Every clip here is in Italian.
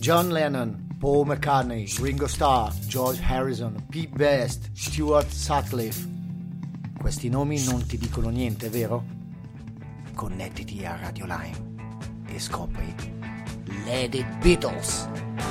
John Lennon, Paul McCartney, Ringo Starr, George Harrison, Pete Best, Stuart Sutcliffe. Questi nomi non ti dicono niente, vero? Connettiti a Radio Lime e scopri Let It Beatles.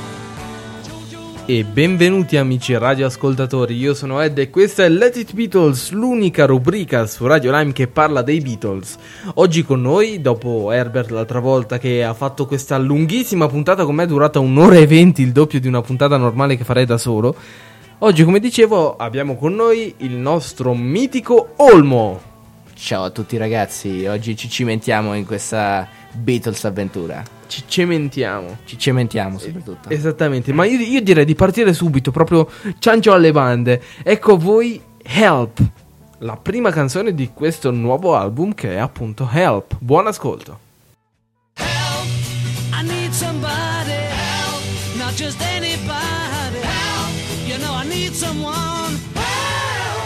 E benvenuti amici radioascoltatori, io sono Ed e questa è Let It Beatles, l'unica rubrica su Radio Lime che parla dei Beatles. Oggi con noi, dopo Herbert l'altra volta che ha fatto questa lunghissima puntata con me, durata 1 ora e 20, il doppio di una puntata normale che farei da solo. Oggi, come dicevo, abbiamo con noi il nostro mitico Olmo. Ciao a tutti ragazzi, oggi ci cimentiamo in questa Beatles avventura. Ci cementiamo Soprattutto. Esattamente, ma io direi di partire subito, proprio ciancio alle bande. Ecco a voi Help, la prima canzone di questo nuovo album che è appunto Help. Buon ascolto. Help, I need somebody. Help, not just anybody. Help, you know I need someone. Help.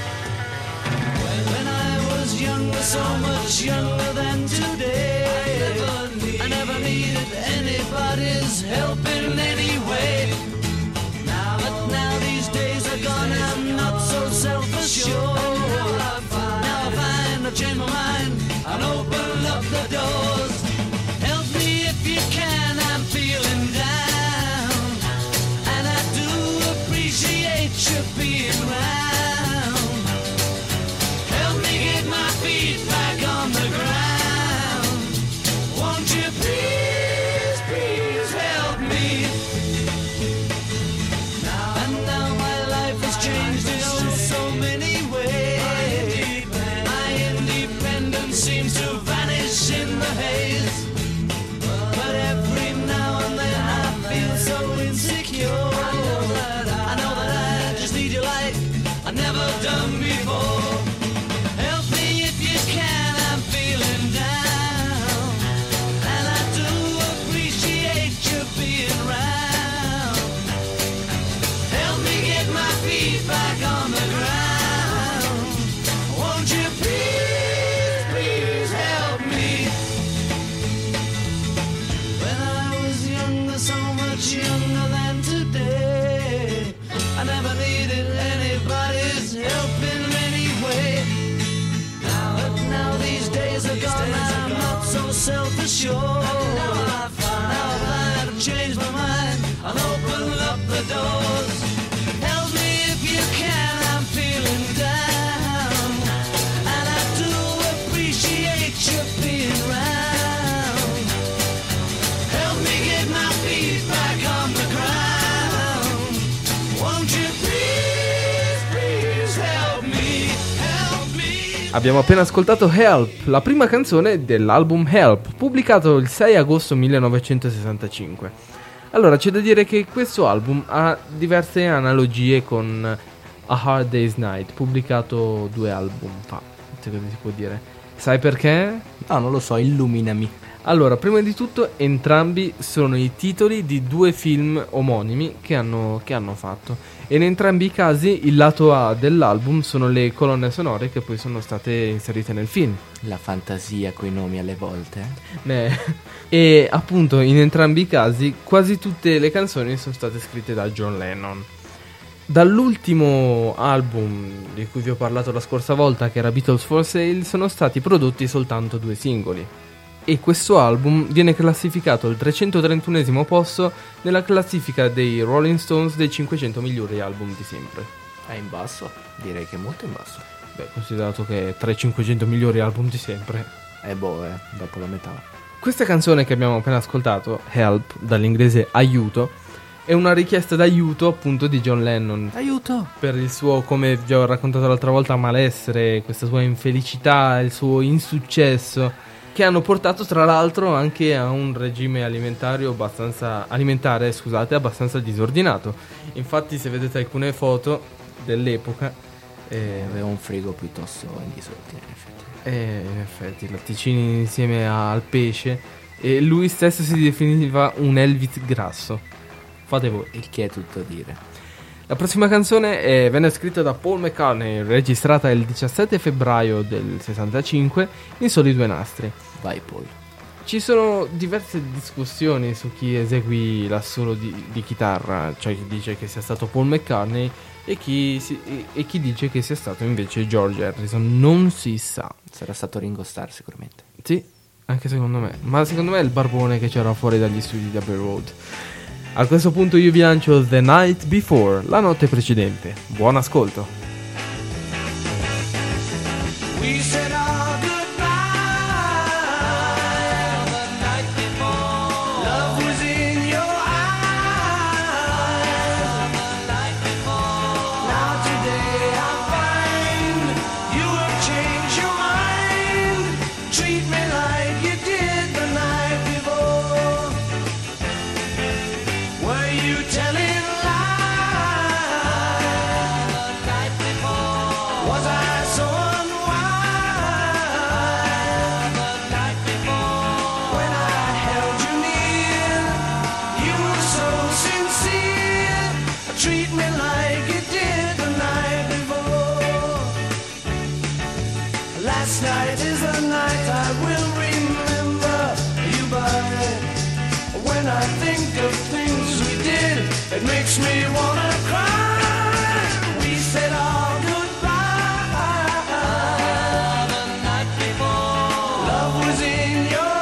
When I was younger, so much younger than today, I never needed anybody's help in any way. But now these days are gone, I'm not so self-assured. Now I find I've changed my mind, I'll open up the doors. Help me if you can, I'm feeling down, and I do appreciate you being around. Help me get my feet back on the ground. Won't you please, please help me? And now my life has changed in so many ways. My independence seems to vanish in the haze. But every now and then I feel so insecure. I know that I just need you like I've never done before. Help me if you can, I'm feeling down, and I do appreciate you being around. Help me get my feet back on the ground. Won't you please, please help me? When I was younger, so much younger than today, I never needed anybody's help in any way. But now these days are gone, I'm not so self-assured. Now I find I've changed my mind, I'll open up the doors. Help me if you can, I'm feeling down, and I do appreciate you being around. Help me get my feet back on the ground. Won't you please, please help me, help me. Abbiamo appena ascoltato Help, la prima canzone dell'album Help, pubblicato il 6 agosto 1965. Allora, c'è da dire che questo album ha diverse analogie con A Hard Day's Night, pubblicato 2 album fa, se così si può dire. Sai perché? No, non lo so, illuminami. Allora, prima di tutto, entrambi sono i titoli di 2 film omonimi che hanno fatto. E in entrambi i casi il lato A dell'album sono le colonne sonore che poi sono state inserite nel film. La fantasia coi nomi alle volte. E appunto in entrambi i casi quasi tutte le canzoni sono state scritte da John Lennon. Dall'ultimo album di cui vi ho parlato la scorsa volta, che era Beatles for Sale, sono stati prodotti soltanto 2 singoli. E questo album viene classificato al 331esimo posto nella classifica dei Rolling Stones dei 500 migliori album di sempre. È in basso? Direi che è molto in basso. Beh, considerato che tra i 500 migliori album di sempre. Dopo la metà. Questa canzone che abbiamo appena ascoltato, Help, dall'inglese aiuto, è una richiesta d'aiuto appunto di John Lennon. Aiuto! Per il suo, come vi ho raccontato l'altra volta, malessere, questa sua infelicità, il suo insuccesso, che hanno portato tra l'altro anche a un regime alimentare abbastanza disordinato. Infatti, se vedete alcune foto dell'epoca, aveva un frigo piuttosto in disordine, in effetti latticini insieme al pesce, e lui stesso si definiva un Elvis grasso. Fate voi. Il che è tutto a dire. La prossima canzone venne scritta da Paul McCartney, registrata il 17 febbraio del 65 in soli 2 nastri. Vai Paul. ci sono diverse discussioni su chi eseguì l'assolo di chitarra, cioè chi dice che sia stato Paul McCartney e chi dice che sia stato invece George Harrison. Non si sa. Sarà stato Ringo Starr sicuramente. Sì, anche secondo me. Ma secondo me è il barbone che c'era fuori dagli studi di Abbey Road. A questo punto io vi lancio The Night Before, la notte precedente. Buon ascolto. We said our goodbye the night before. Love was in your eyes the night before. Now today I find you have changed your mind. Treat me like you did the night before. Were you telling lies the night before? Was I so unwise the night before? When I held you near, you were so sincere. Treat me like you did the night before. Last night is the night I will remember you by. When I think of things we did, it makes me wanna cry. We said our goodbye the night before. Love was in your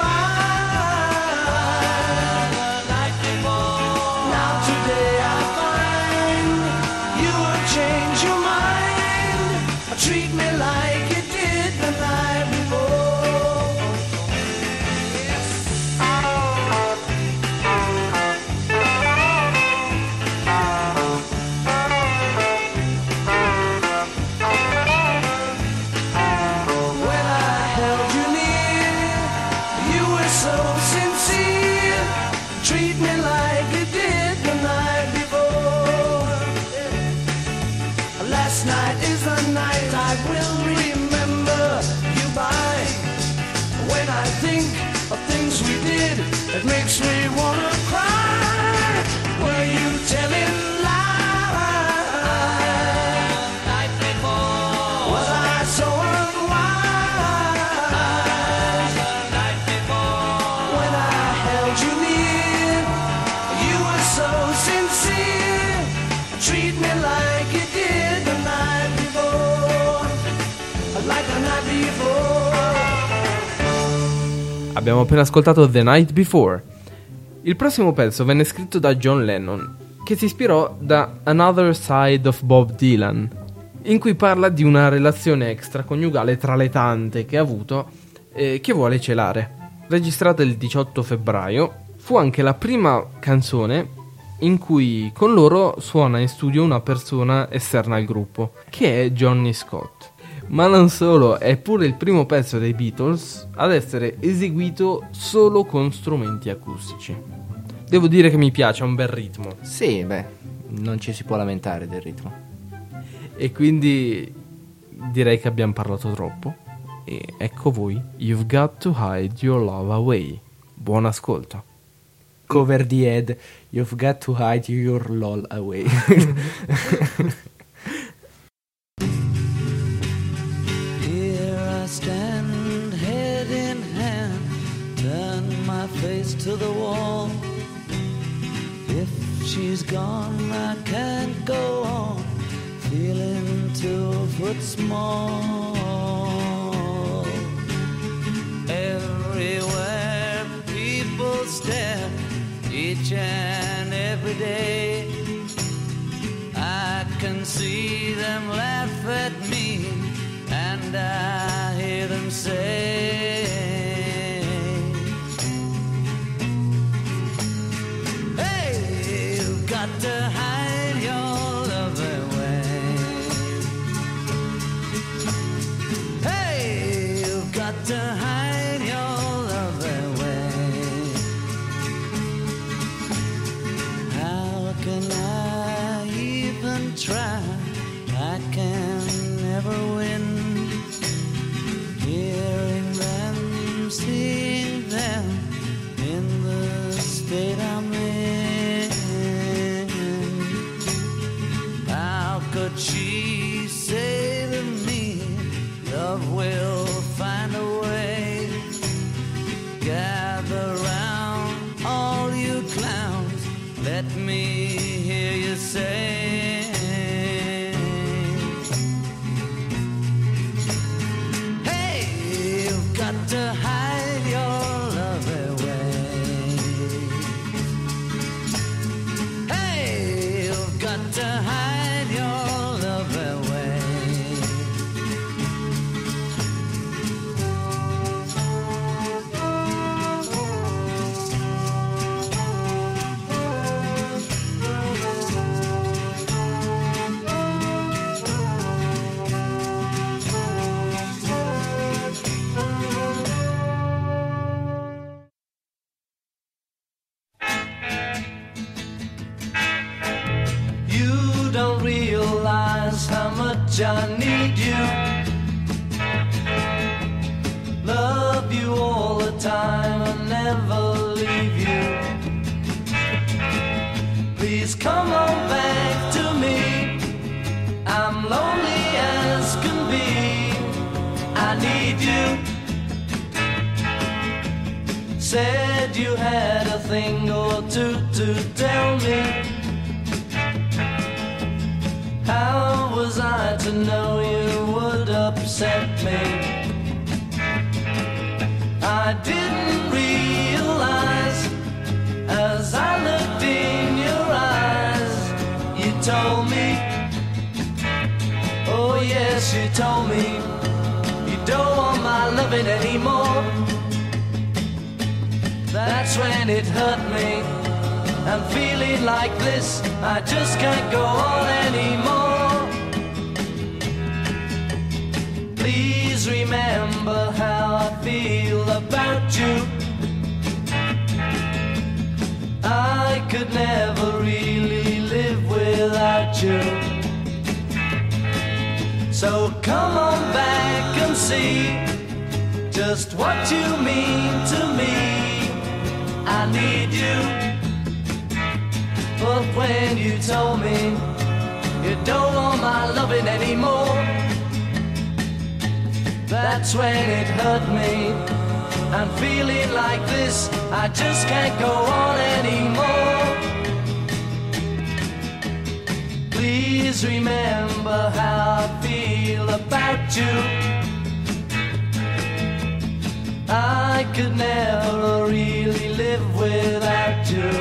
eyes the night before. Now today I find you have changed your mind. Treat me like you did the night before. When I held you near, you were so sincere. Treat me like you did the night before. Last night is the night I will remember you by. When I think of things we did, it makes me wanna cry. Were you telling lies the night before? Was I so unwise the night before? When I held you near, you were so sincere. Treat me like you did the night before. Like the night before. Abbiamo appena ascoltato The Night Before. Il prossimo pezzo venne scritto da John Lennon, che si ispirò da Another Side of Bob Dylan, in cui parla di una relazione extraconiugale tra le tante che ha avuto che vuole celare. Registrata il 18 febbraio, fu anche la prima canzone in cui con loro suona in studio una persona esterna al gruppo, che è Johnny Scott. Ma non solo, è pure il primo pezzo dei Beatles ad essere eseguito solo con strumenti acustici. Devo dire che mi piace, ha un bel ritmo. Sì, beh, non ci si può lamentare del ritmo. E quindi direi che abbiamo parlato troppo. E ecco voi, You've Got to Hide Your Love Away. Buon ascolto. Cover the head, you've got to hide your lol away. Here I stand, head in hand, turn my face to the wall. If she's gone, I can't go on, feeling 2 foot small. Everywhere people stare, each and every day. I can see them laugh at me, and I hear them say, hey, you've got to hide your love away. Hey, you've got to hide your love away. How can I even try? I can never win. Hearing them, seeing them in the state I'm in. How could she say to me, love will find a way? God let me hear you say, hey, you've got to hide your love away. Hey, you've got to hide your love away. You don't realize how much I need you. Love you all the time and never leave you. Please come on back to me. I'm lonely as can be. I need you. Said you had a thing or two to tell me. How was I to know you would upset me? I didn't realize as I looked in your eyes. You told me, oh yes, you told me you don't want my loving anymore. That's when it hurt me. I'm feeling like this, I just can't go on anymore. Please remember how I feel about you. I could never really live without you. So come on back and see just what you mean to me. I need you. But when you told me you don't want my loving anymore, that's when it hurt me. I'm feeling like this, I just can't go on anymore. Please remember how I feel about you. I could never really live without you.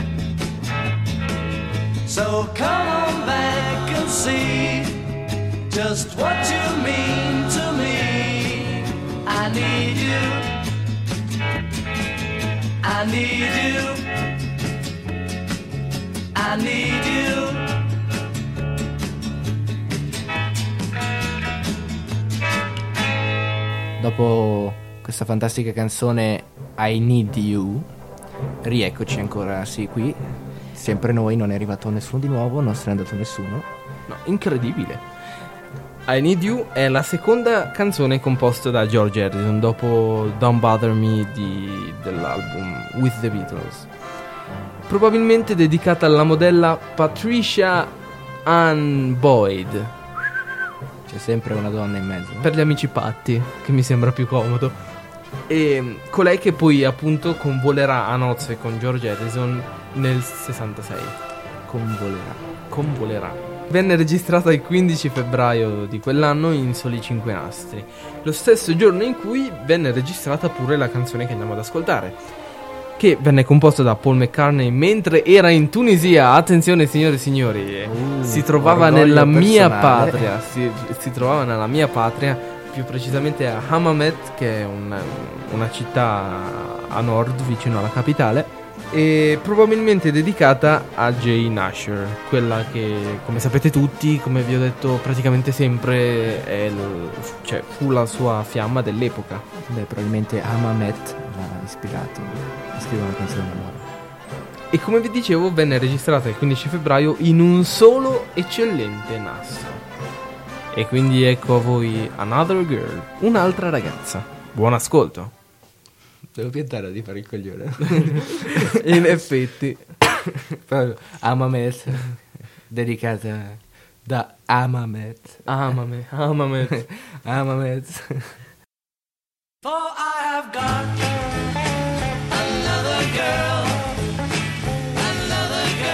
So come on back and see just what you mean to me. I need you. I need you. I need you. Dopo questa fantastica canzone I Need You, rieccoci ancora, sì, qui. Sempre noi, non è arrivato nessuno di nuovo, non se n'è andato nessuno. No, incredibile. I Need You è la seconda canzone composta da George Harrison dopo Don't Bother Me dell'album With the Beatles. Probabilmente dedicata alla modella Patricia Ann Boyd. C'è sempre una donna in mezzo. Per gli amici patti, che mi sembra più comodo. E colei che poi appunto convolerà a nozze con George Harrison nel 66. Convolerà. Venne registrata il 15 febbraio di quell'anno in soli 5 nastri, lo stesso giorno in cui venne registrata pure la canzone che andiamo ad ascoltare, che venne composta da Paul McCartney mentre era in Tunisia. Attenzione signore e signori, si trovava nella mia patria, si trovava nella mia patria, più precisamente a Hammamet, che è una città a nord vicino alla capitale, e probabilmente dedicata a Jane Asher, quella che, come sapete tutti, come vi ho detto praticamente sempre, fu la sua fiamma dell'epoca. Beh, probabilmente Hammamet l'ha ispirato a scrivere una canzone nuova. E come vi dicevo, venne registrata il 15 febbraio in un solo eccellente nastro. E quindi ecco a voi Another Girl, un'altra ragazza. Buon ascolto. Devo piantare di fare il coglione. In effetti. Hammamet, dedicata da Hammamet. Hammamet. Hammamet. For I have got another girl, another girl.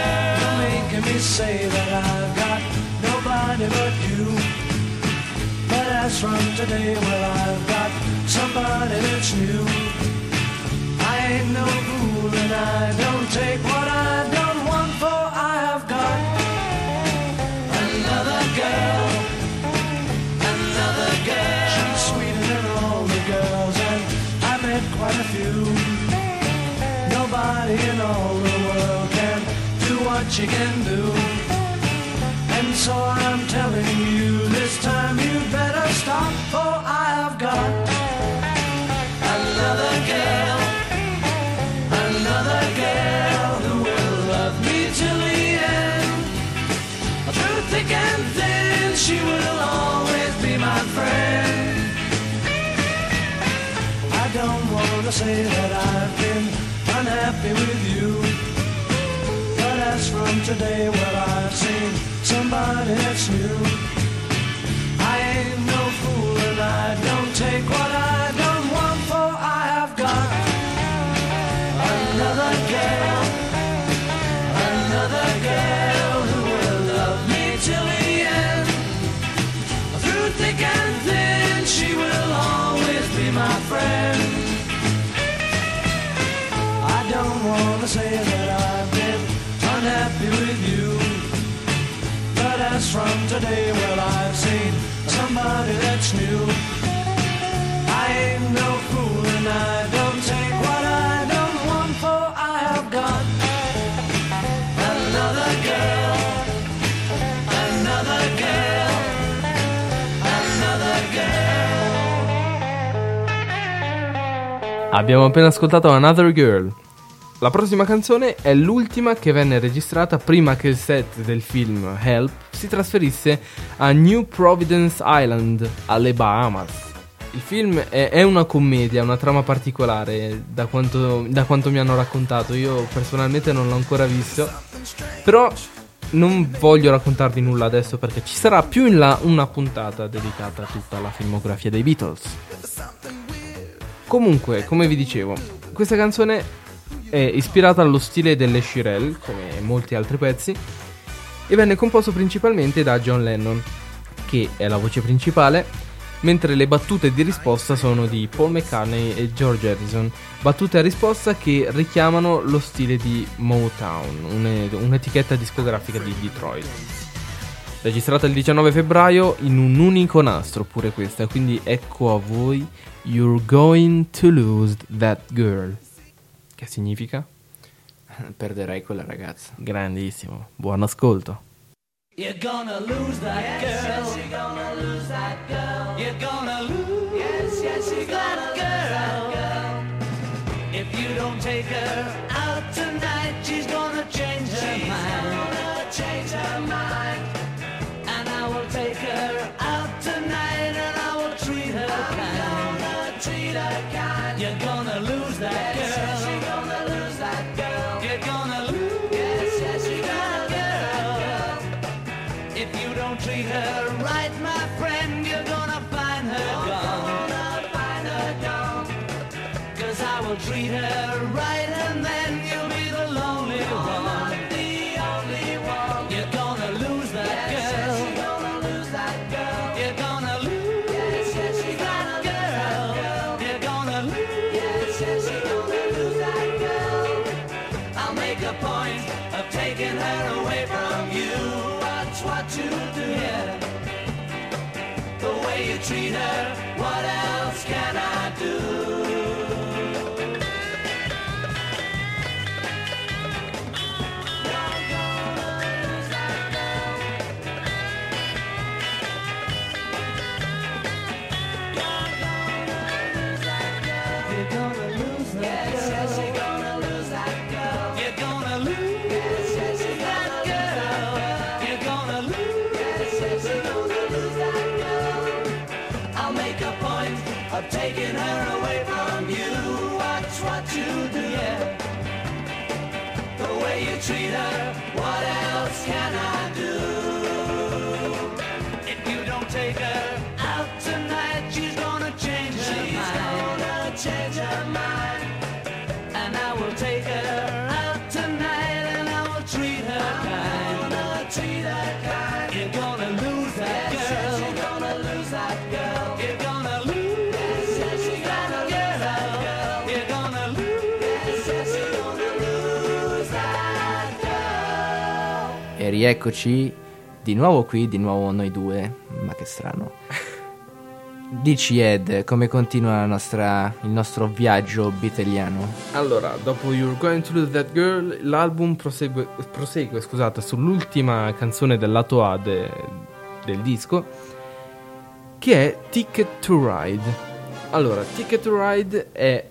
you say that I've got nobody but you. But as from today, well, I've got somebody that's new. I ain't no fool and I don't take what I don't want, for I have got another girl, another girl. She's sweeter than all the girls, and I met quite a few. Nobody in all the world can do what you can do. And so I'm telling you, this time you better stop, for I have got another girl, another girl who will love me till the end. Through thick and thin, she will always be my friend. I don't want to say that I've been unhappy with you, but as from today, well, I've seen somebody that's new. I ain't no fool and I don't take what I don't want, for I have got another girl, another girl who will love me till the end. Through thick and thin, she will always be my friend. I don't want to say that I've been unhappy with you, but as from today, well, I've seen somebody that's new. I ain't no fool and I don't take what I don't want, for I have got another girl, another girl, another girl. Abbiamo appena ascoltato Another Girl. La prossima canzone è l'ultima che venne registrata prima che il set del film Help si trasferisse a New Providence Island, alle Bahamas. Il film è una commedia, una trama particolare, da quanto mi hanno raccontato. Io personalmente non l'ho ancora visto, però non voglio raccontarvi nulla adesso perché ci sarà più in là una puntata dedicata a tutta la filmografia dei Beatles. Comunque, come vi dicevo, questa canzone è ispirata allo stile delle Shirelle, come molti altri pezzi, e venne composto principalmente da John Lennon, che è la voce principale, mentre le battute di risposta sono di Paul McCartney e George Harrison, battute a risposta che richiamano lo stile di Motown, un'etichetta discografica di Detroit. Registrata il 19 febbraio in un unico nastro pure questa, quindi ecco a voi You're Going to Lose That Girl. Che significa? Perderai quella ragazza. Grandissimo, buon ascolto. You're gonna lose that girl. Yes, you're gonna lose that girl. You're gonna lose. Yes, you're gonna that girl. If you don't take her out tonight, she's gonna change her mind. Gonna change her mind. And I will take her out tonight, and I will treat her kind. Gonna treat her kind. You're gonna lose that girl. Yes, you're gonna lose that girl. You're gonna lose. Yes, you're gonna girl. If you don't treat her right, my friend, you're gonna find her gone. Gonna find her gone. 'Cause I will treat her right, and then you'll be the lonely one. The only one. You're gonna lose that girl. Yes, you're gonna lose that girl. You're gonna lose. Yes, you're gonna girl. You're gonna lose. Yes, you're gonna lose that girl. I'll make a point of taking her away from you. Watch what you do, yeah. The way you treat her, what else can I do? You're gonna lose that girl. You're gonna lose that girl. Yes, you're gonna lose that girl. You're gonna lose. Yes, you're that girl. You're gonna lose. Yes, you're gonna lose that girl. I'll make a point of taking her away from you. Watch what you do, yeah. The way you treat her, what else can I do? If you don't take her out tonight, she's gonna change her mind. She's gonna change her mind. And I will take her out tonight, and I will treat her kind. E rieccoci di nuovo qui, di nuovo noi due, ma che strano. Dici Ed, come continua il nostro viaggio beatleiano? Allora, dopo You're Going to Lose That Girl, l'album prosegue sull'ultima canzone del lato A del disco, che è Ticket to Ride. Allora, Ticket to Ride è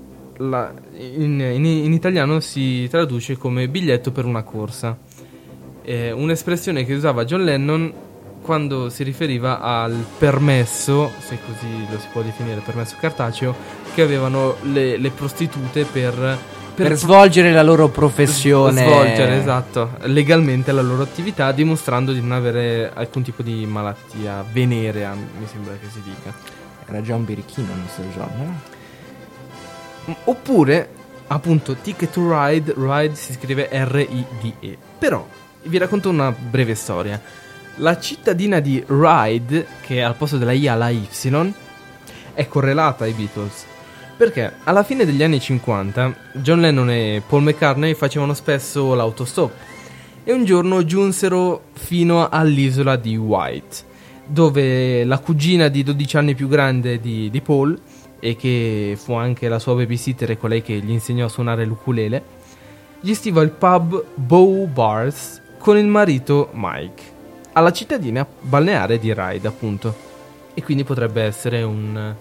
in italiano si traduce come biglietto per una corsa. È un'espressione che usava John Lennon quando si riferiva al permesso, se così lo si può definire, permesso cartaceo, che avevano le prostitute per svolgere la loro professione. Svolgere, esatto, legalmente la loro attività, dimostrando di non avere alcun tipo di malattia venerea, mi sembra che si dica. Era già un birichino il nostro John, no? Oppure, appunto, Ticket to Ride, Ride si scrive R-I-D-E. Però, vi racconto una breve storia. La cittadina di Ride, che al posto della I ha la Y, è correlata ai Beatles. Perché alla fine degli anni 50 John Lennon e Paul McCartney facevano spesso l'autostop e un giorno giunsero fino all'isola di White, dove la cugina di 12 anni più grande di Paul, e che fu anche la sua babysitter e colei che gli insegnò a suonare l'ukulele, gestiva il pub Bow Bars con il marito Mike, alla cittadina balneare di Ride, appunto. E quindi potrebbe essere un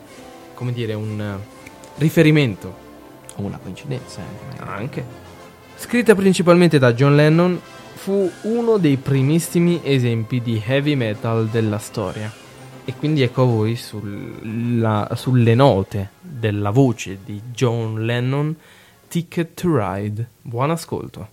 riferimento. O una coincidenza Anche. Scritta principalmente da John Lennon, fu uno dei primissimi esempi di heavy metal della storia. E quindi ecco a voi sulle note della voce di John Lennon, Ticket to Ride. Buon ascolto.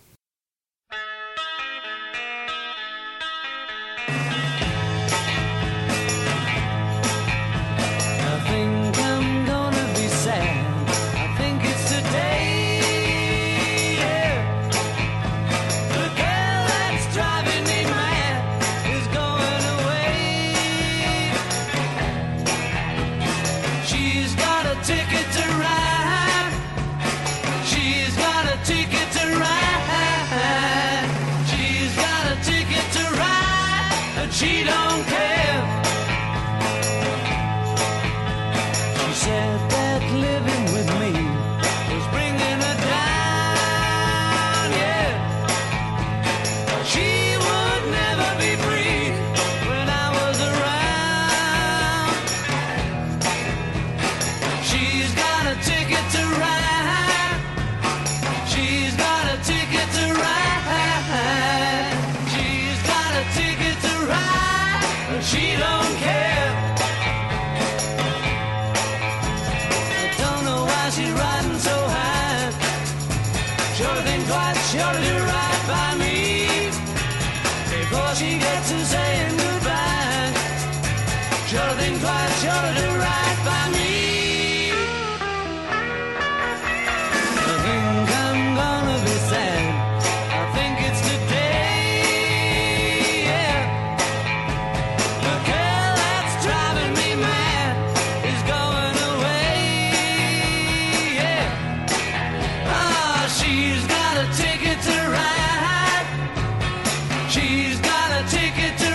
She don't care. She said that living with me was bringing her down, yeah. She would never be free when I was around. She's got a ticket to ride. She's got a ticket to ride. She's got a ticket to ride, but she don't care. I don't know why she's riding so high. Sure think twice, sure to do right by me before she gets to saying goodbye. Sure think twice, sure to do right by me. I think I'm gonna be sad. I think it's today, yeah. The girl that's driving me mad is going away, yeah. Ah, she's got a ticket to ride. She's got a ticket to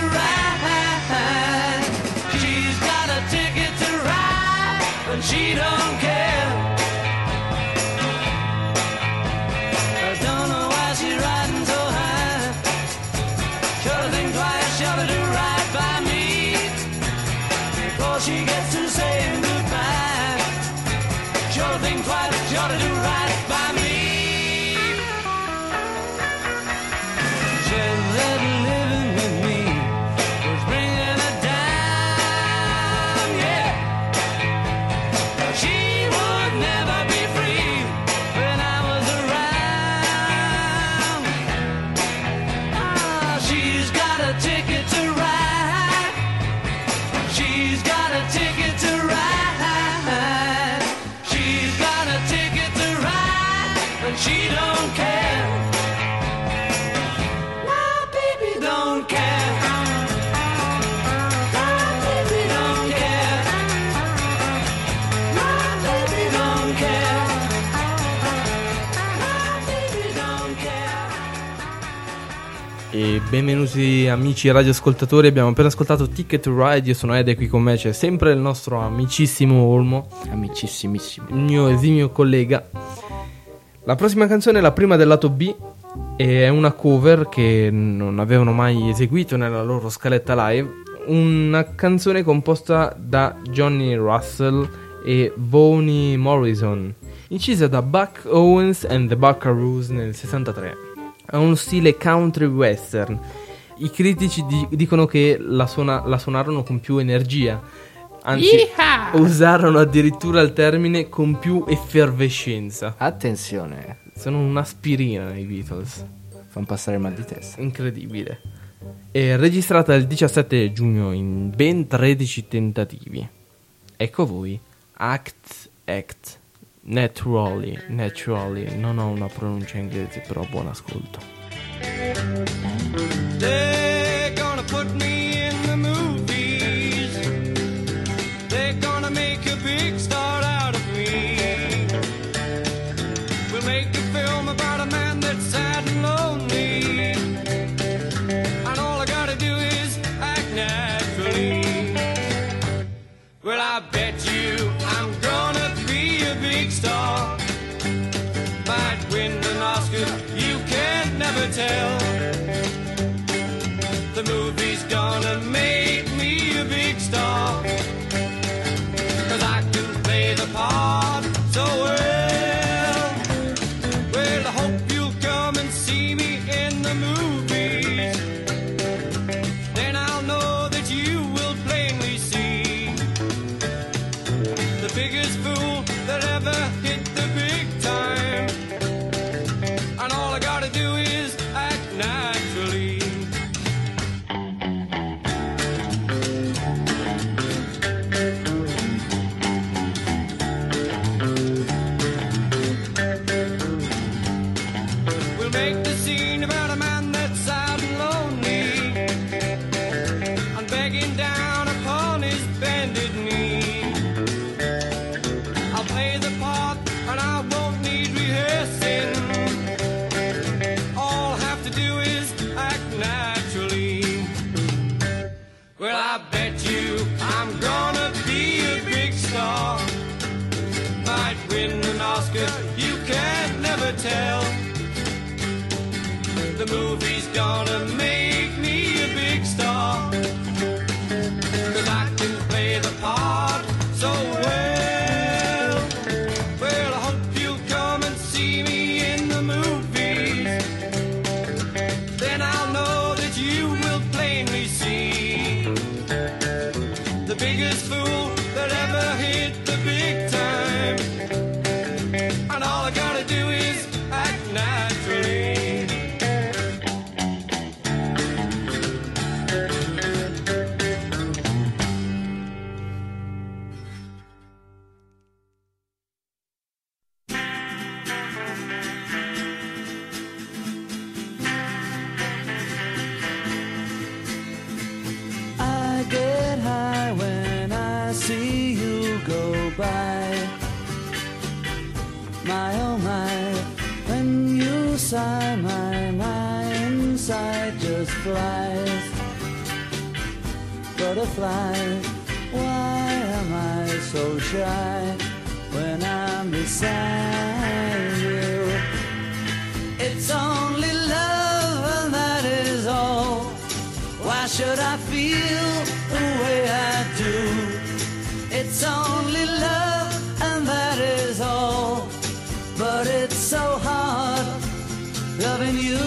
E benvenuti amici radioascoltatori, abbiamo appena ascoltato Ticket to Ride, io sono Ed e qui con me c'è sempre il nostro amicissimo Olmo, Amicissimissimo. il mio esimio collega. La prossima canzone è la prima del lato B e è una cover che non avevano mai eseguito nella loro scaletta live, una canzone composta da Johnny Russell e Bonnie Morrison, incisa da Buck Owens and the Buckaroos nel 63. Ha uno stile country western. I critici dicono che la suonarono con più energia, anzi usarono addirittura il termine con più effervescenza. Attenzione, Sono un'aspirina i Beatles, fanno passare il mal di testa. incredibile. È registrata il 17 giugno in ben 13 tentativi. Ecco a voi Act Naturally, non ho una pronuncia inglese, però buon ascolto. They're gonna put me in the movies. They're gonna make a big star out of me. We'll make a film about a man that's sad and lonely, and all I gotta do is act naturally. Well, I bet you I'm gonna be a big star. Might win an Oscar, you can't never tell. The movie's gonna make me a big star, 'cause I can play the part so well. Well, I hope you'll come and see me in the movies. Then I'll know that you will plainly see the biggest fool that ever hit the big time. And all I gotta do is act naturally. We'll make the scene about a man that's sad and lonely, and begging down upon his bended knee. I'll play the part and I won't need rehearsing. All I have to do is act naturally. Well, I bet you I'm gonna be a big star. Might win an Oscar, you can't never tell. The movie's gonna make me a big star, 'cause I can play the part so well. Well, I hope you'll come and see me in the movies. Then I'll know that you will plainly see the biggest fool that ever hit the big time. And all I gotta do is act naturally. I get high when I see you go by. My oh my, when you sigh, my inside just flies. Butterfly, why am I so shy when I'm beside you? It's only love and that is all. Why should I feel the way I do? It's only love and that is all. But it's so hard loving you.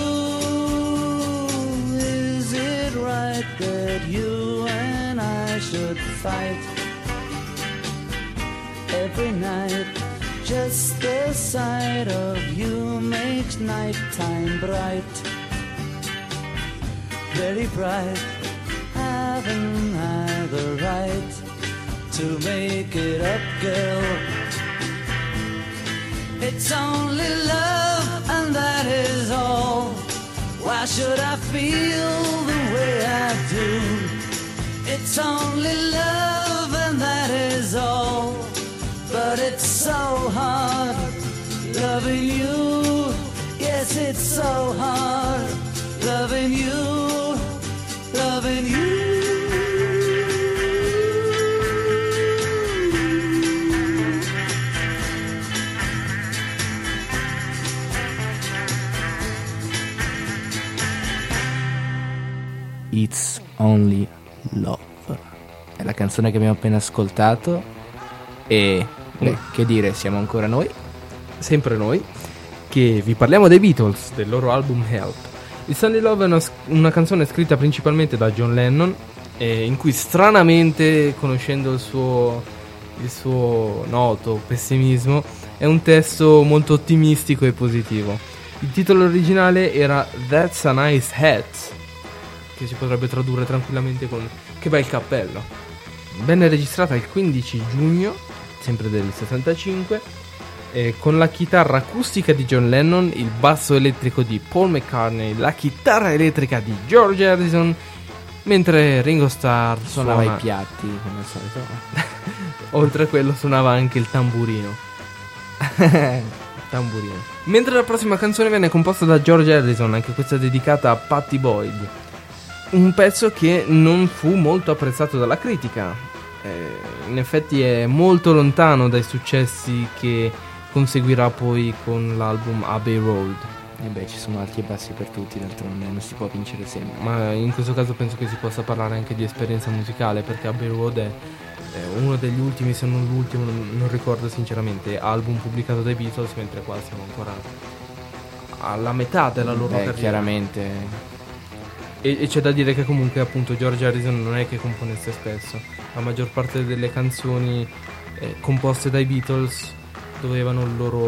Is it right that you and I should fight every night? Just the sight of you makes nighttime bright, very bright. Haven't I the right to make it up, girl? It's only love and that is all. Why should I feel the way I do? It's only love and that is all. But it's so hard loving you. Yes, it's so hard loving you, loving you. It's Only Love è la canzone che abbiamo appena ascoltato e che dire, siamo ancora noi, Sempre noi, che vi parliamo dei Beatles, del loro album Help. It's Only Love è una canzone scritta principalmente da John Lennon, in cui stranamente, conoscendo il suo noto pessimismo, è un testo molto ottimistico e positivo. Il titolo originale era That's a Nice Hat, che si potrebbe tradurre tranquillamente con che bel cappello. Venne registrata il 15 giugno, sempre del 65, con la chitarra acustica di John Lennon, il basso elettrico di Paul McCartney, la chitarra elettrica di George Harrison, mentre Ringo Starr suonava i piatti come al solito. Oltre a quello suonava anche il tamburino. Mentre la prossima canzone venne composta da George Harrison, anche questa dedicata a Patti Boyd. Un pezzo che non fu molto apprezzato dalla critica. In effetti è molto lontano dai successi che conseguirà poi con l'album Abbey Road. E beh, ci sono alti e bassi per tutti, d'altronde non si può vincere sempre. Ma in questo caso penso che si possa parlare anche di esperienza musicale, perché Abbey Road è uno degli ultimi, se non l'ultimo, non ricordo sinceramente, album pubblicato dai Beatles, mentre qua siamo ancora alla metà della loro carriera. Chiaramente. E c'è da dire che comunque appunto George Harrison non è che componesse spesso. La maggior parte delle canzoni composte dai Beatles dovevano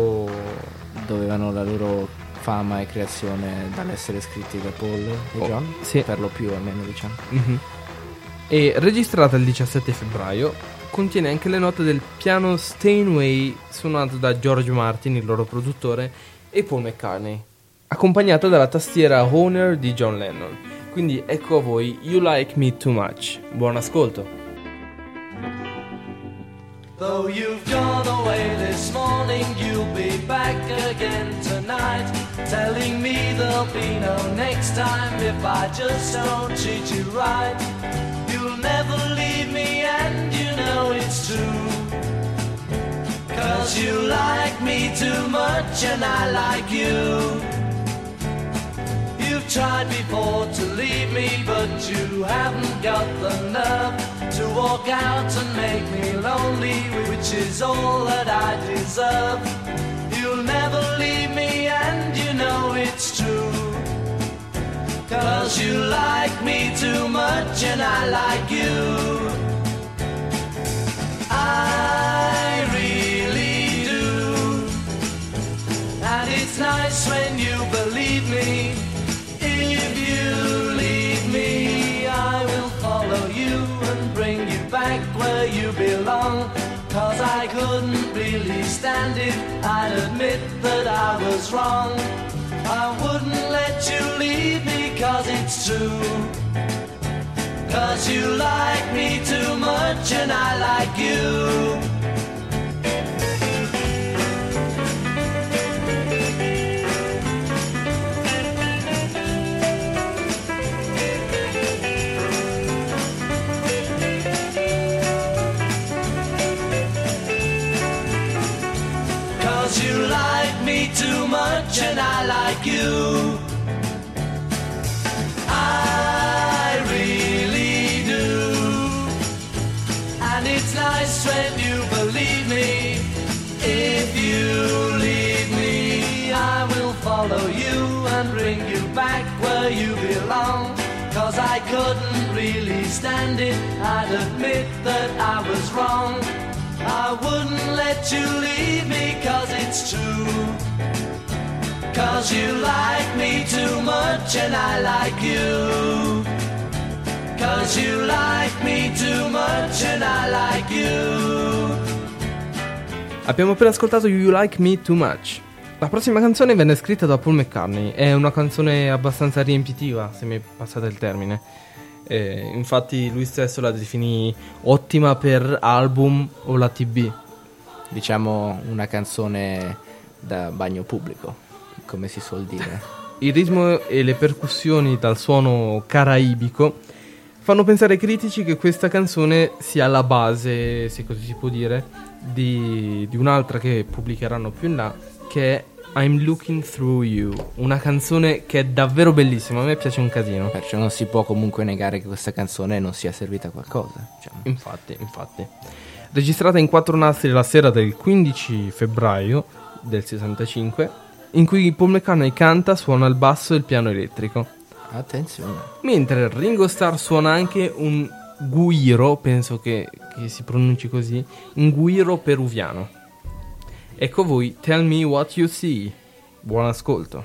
la loro fama e creazione dall'essere scritti da Paul e John, sì. Per lo più almeno, diciamo. Mm-hmm. E registrata il 17 febbraio, contiene anche le note del piano Steinway suonato da George Martin, il loro produttore, e Paul McCartney, accompagnata dalla tastiera Hohner di John Lennon. Quindi ecco a voi You Like Me Too Much. Buon ascolto. Though you've gone away this morning, you'll be back again tonight, telling me there'll be no next time if I just don't treat you right. You'll never leave me and you know it's true, 'cause you like me too much and I like you. You've tried before to leave me, but you haven't got the nerve to walk out and make me lonely, which is all that I deserve. You'll never leave me and you know it's true, 'cause you like me too much and I like you. I really do, and it's nice when you believe me. If you leave me, I will follow you and bring you back where you belong, 'cause I couldn't really stand it, I'd admit that I was wrong. I wouldn't let you leave me 'cause it's true, 'cause you like me too much and I like you. 'Cause you like me too much and I like you. I really do. And it's nice when you believe me. If you leave me, I will follow you and bring you back where you belong. 'Cause I couldn't really stand it, I'd admit that I was wrong. I wouldn't let you leave me 'cause it's true, 'cause you like me too much and I like you, 'cause you like me too much and I like you. Abbiamo appena ascoltato You Like Me Too Much. La prossima canzone venne scritta da Paul McCartney. È una canzone abbastanza riempitiva, se mi passate il termine. Infatti lui stesso la definì ottima per album o la TB. Diciamo una canzone da bagno pubblico, come si suol dire. il ritmo e le percussioni dal suono caraibico fanno pensare ai critici che questa canzone sia la base, se così si può dire, di un'altra che pubblicheranno più in là, che è I'm Looking Through You, una canzone che è davvero bellissima, a me piace un casino. Perciò non si può comunque negare che questa canzone non sia servita a qualcosa, diciamo. Infatti. Registrata in 4 nastri la sera del 15 febbraio del 65, in cui Paul McCartney canta, suona il basso e il piano elettrico. Attenzione. Mentre Ringo Starr suona anche un guiro, penso che si pronunci così, un guiro peruviano. Ecco voi, Tell Me What You See. Buon ascolto.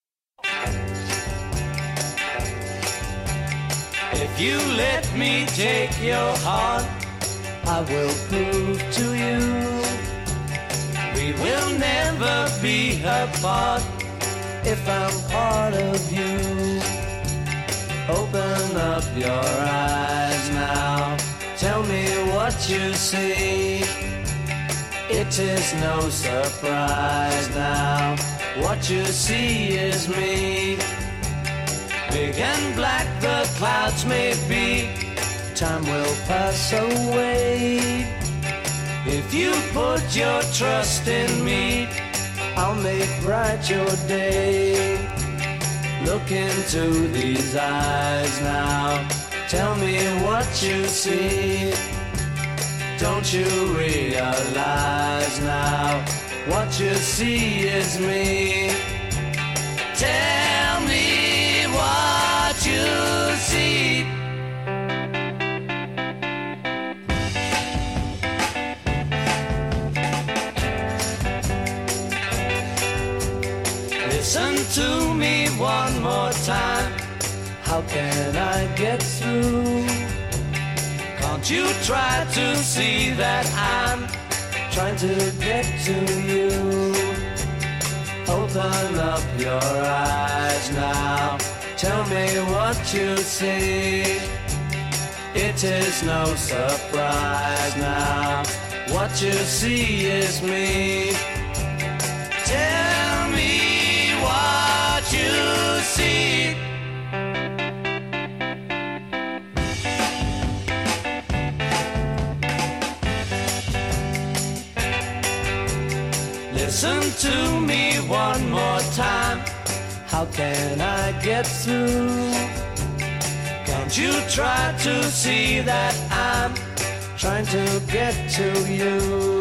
If you let me take your heart, I will prove to you we will never be apart. If I'm part of you, open up your eyes now. Tell me what you see. It is no surprise now. What you see is me. Big and black the clouds may be. Time will pass away. If you put your trust in me, I'll make bright your day. Look into these eyes now. Tell me what you see. Don't you realize now? What you see is me. Tell me what you see. Listen to me one more time. How can I get through? Can't you try to see that I'm trying to get to you? Open up your eyes now. Tell me what you see. It is no surprise now. What you see is me. Tell me what you see. Listen to me one more time. How can I get through? Can't you try to see that I'm trying to get to you?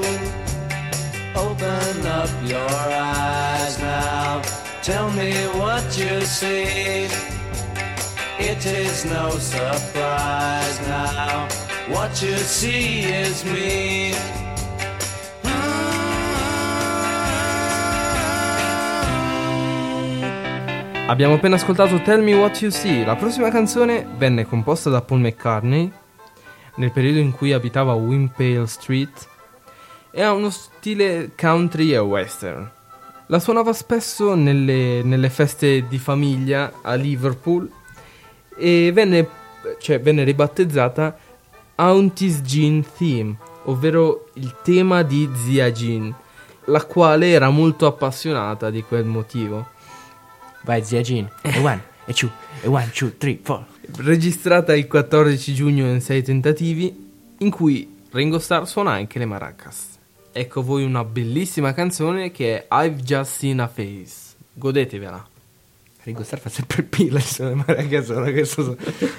Open up your eyes now. Tell me what you see. It is no surprise now. What you see is me. Abbiamo appena ascoltato Tell Me What You See. La prossima canzone venne composta da Paul McCartney nel periodo in cui abitava a Wimpole Street e ha uno stile country e western. La suonava spesso nelle feste di famiglia a Liverpool e venne ribattezzata Auntie's Jean Theme, ovvero il tema di zia Jean, la quale era molto appassionata di quel motivo. Vai zia Jean, e one, e two, three, four. Registrata il 14 giugno in 6 tentativi, in cui Ringo Starr suona anche le maracas. Ecco voi una bellissima canzone che è I've Just Seen a Face. Godetevela. Ringo Starr fa sempre il pirla, ci sono le maracas, sono questo.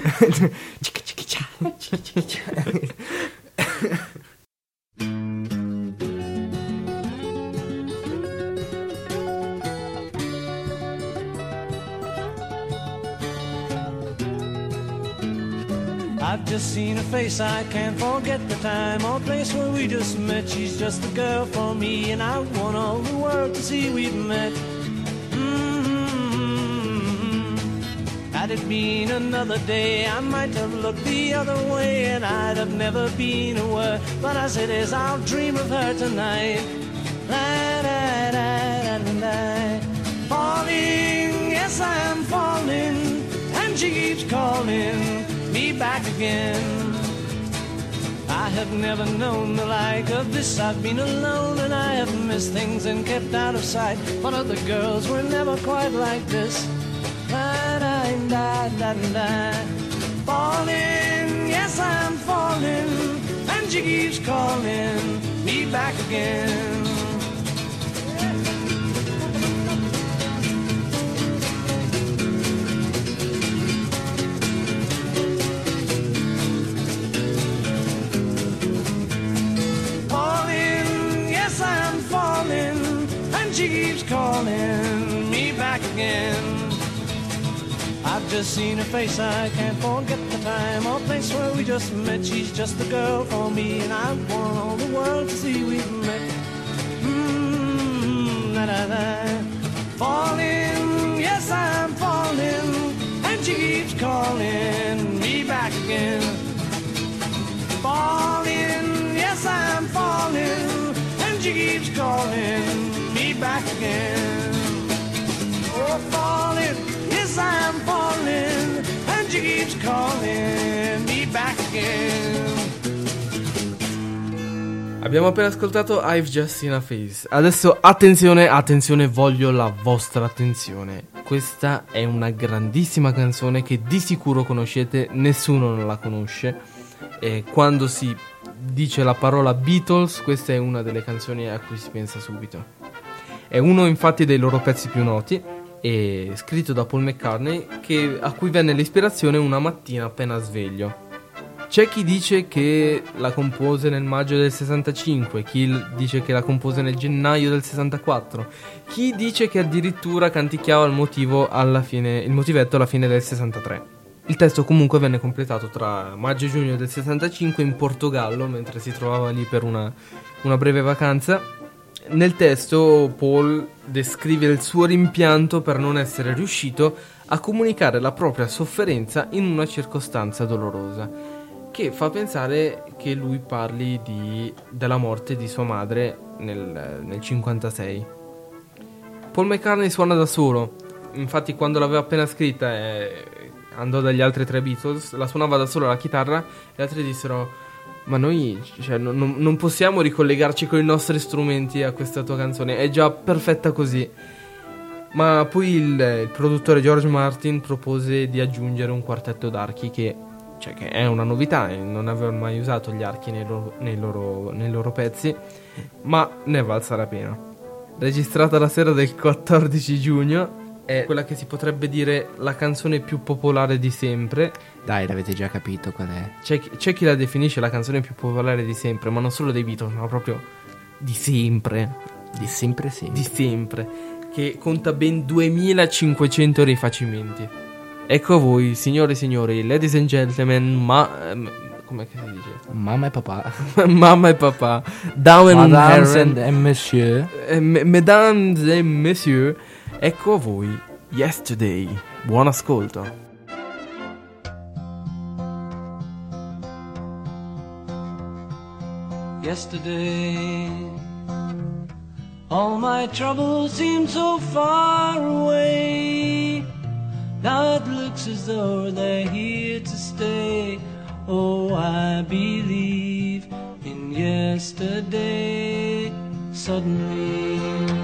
I've just seen her face, I can't forget the time or place where we just met. She's just the girl for me, and I want all the world to see we've met. Had it been another day, I might have looked the other way, and I'd have never been aware. But as it is, I'll dream of her tonight. Falling, yes I am falling, and she keeps calling me back again. I have never known the like of this. I've been alone and I have missed things and kept out of sight. But other girls were never quite like this. da da da. Falling, yes I'm falling, and she keeps calling me back again. Falling, yes I'm falling, and she keeps calling me back again. I've just seen her face, I can't forget the time or place where we just met. She's just the girl for me, and I want all the world to see we've met. Da-da-da. Falling, yes I'm falling, and she keeps calling me back again. Falling, yes I'm falling, and she keeps calling me back again. Oh, falling, yes I'm falling, and she keeps calling me back again. Abbiamo appena ascoltato I've Just Seen a Face. Adesso attenzione, attenzione, voglio la vostra attenzione. Questa è una grandissima canzone che di sicuro conoscete, nessuno non la conosce. E quando si dice la parola Beatles, questa è una delle canzoni a cui si pensa subito. È uno infatti dei loro pezzi più noti, e scritto da Paul McCartney, a cui venne l'ispirazione una mattina appena sveglio. C'è chi dice che la compose nel maggio del 65, chi dice che la compose nel gennaio del 64, chi dice che addirittura canticchiava il motivetto alla fine del 63. Il testo comunque venne completato tra maggio e giugno del 65 in Portogallo, mentre si trovava lì per una breve vacanza. Nel testo Paul descrive il suo rimpianto per non essere riuscito a comunicare la propria sofferenza in una circostanza dolorosa, che fa pensare che lui parli della morte di sua madre nel 56. Paul McCartney suona da solo, infatti quando l'aveva appena scritta andò dagli altri tre Beatles, la suonava da solo la chitarra, e gli altri dissero: ma noi non possiamo ricollegarci con i nostri strumenti a questa tua canzone, è già perfetta così. Ma poi il produttore George Martin propose di aggiungere un quartetto d'archi che è una novità, non avevano mai usato gli archi nei loro pezzi, ma ne è valsa la pena. Registrata la sera del 14 giugno, è quella che si potrebbe dire la canzone più popolare di sempre. Dai, l'avete già capito qual è. C'è chi la definisce la canzone più popolare di sempre, ma non solo dei Beatles, ma proprio di sempre. Di sempre sì. Di sempre, che conta ben 2500 rifacimenti. Ecco a voi, signore e signori, ladies and gentlemen, com'è che si dice? Mamma e papà. Mamma e papà. Mesdames et messieurs. Mesdames et messieurs, ecco a voi, Yesterday. Buon ascolto. Yesterday, all my troubles seem so far away. Now it looks as though they're here to stay. Oh, I believe in yesterday. Suddenly,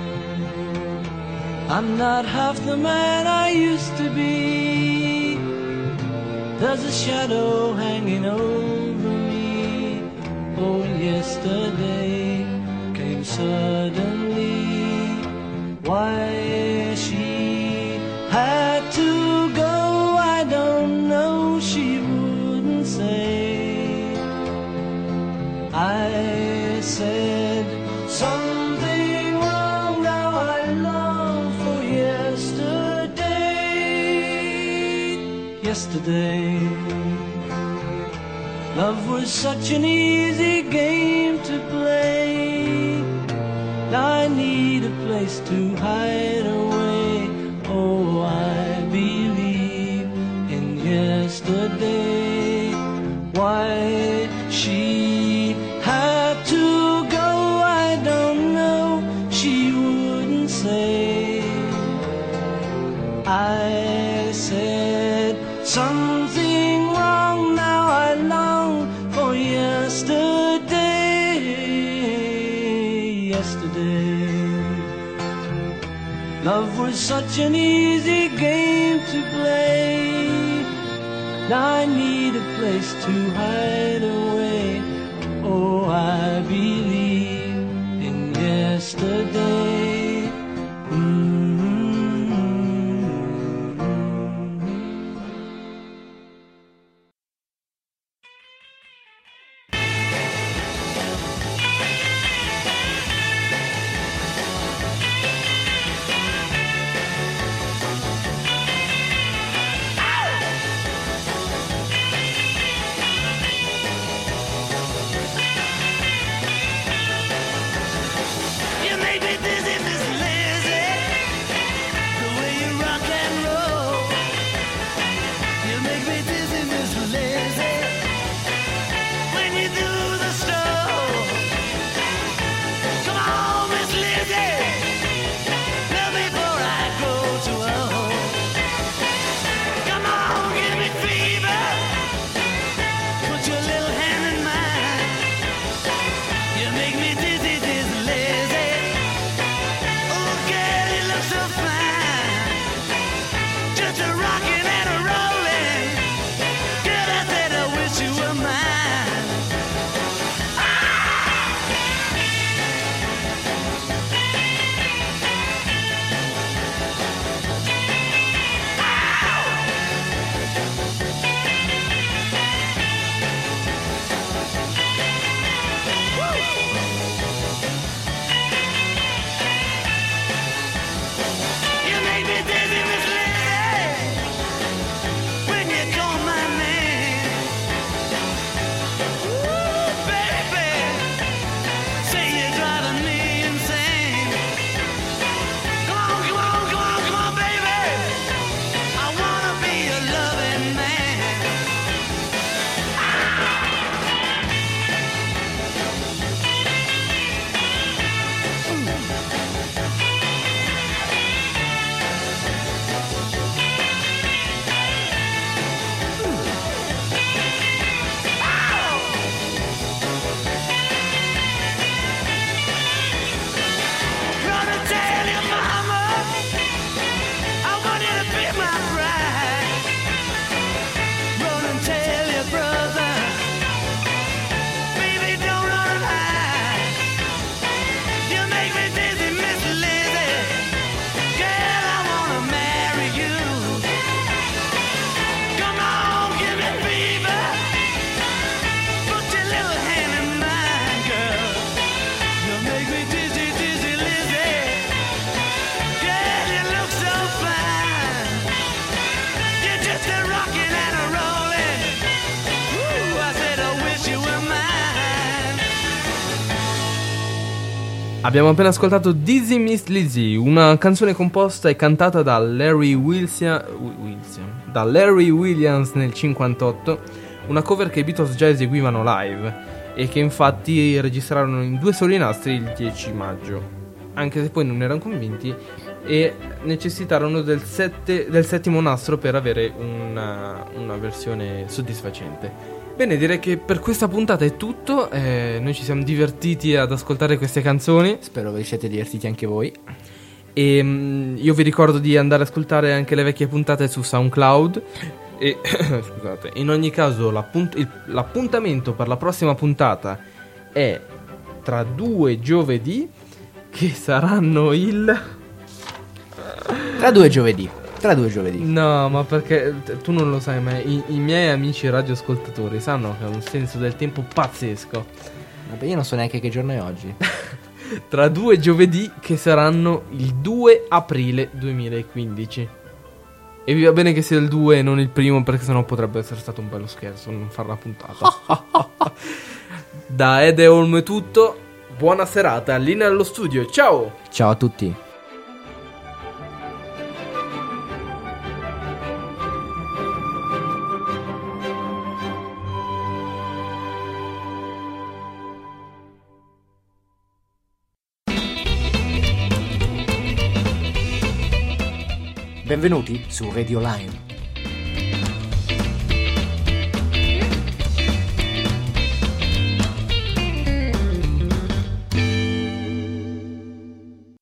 I'm not half the man I used to be. There's a shadow hanging over me. Oh, yesterday came suddenly. Why she had to go, I don't know, she wouldn't say. I said something wrong, now I long for yesterday. Yesterday, love was such an easy game to play. Now I need a place to hide away. Oh, I believe in yesterday. Why she had to go, I don't know, she wouldn't say. I said something wrong, now I long for yesterday. Yesterday, love was such an easy game to play. Now I need a place to hide away. Oh, I believe in yesterday. You make me dizzy, Miss Lizzy, the way you rock and roll. You make me dizzy, Miss Lizzy, when you do the stroll. Come on, Miss Lizzy, love me before I go to a hole. Come on, give me fever, put your little hand in mine. You make me dizzy, dizzy, Lizzy. Oh, girl, you look so fine. Just a rockin' and a rollin'. Girl, I said I wish you were mine. You make me dizzy, Miss Lizzy, when you call my name. Ooh, baby, say you're driving me insane. Come on, come on, come on, come on, baby. I wanna be your loving man. Run and tell your mama I want you to be my bride. Run and tell your brother, baby, don't run and hide. You make me dizzy, Miss Lizzy. Girl, I wanna marry you. Come on, give me fever. Put your little hand in mine, girl. You make me dizzy, dizzy, Lizzy. Girl, you look so fine. You're just a rockin' and a rollin'. Ooh, I said I wish you were mine. Abbiamo appena ascoltato Dizzy Miss Lizzy, una canzone composta e cantata da Larry Williams nel 58, una cover che i Beatles già eseguivano live e che infatti registrarono in 2 soli nastri il 10 maggio, anche se poi non erano convinti e necessitarono del settimo nastro per avere una versione soddisfacente. Bene, direi che per questa puntata è tutto. Noi ci siamo divertiti ad ascoltare queste canzoni Spero vi siete divertiti anche voi. e io vi ricordo di andare ad ascoltare anche le vecchie puntate su SoundCloud e scusate, in ogni caso l'appuntamento per la prossima puntata è tra 2 giovedì, che saranno Tra due giovedì. No, ma perché tu non lo sai, ma i miei amici radioascoltatori sanno che ha un senso del tempo pazzesco. Vabbè, io non so neanche che giorno è oggi. Tra 2 giovedì, che saranno il 2 aprile 2015. E vi va bene che sia il 2 e non il primo, perché sennò potrebbe essere stato un bello scherzo non fare la puntata. Da Ede Olmo è tutto. Buona serata, linea allo studio, ciao! Ciao a tutti. Benvenuti su Radio Lime.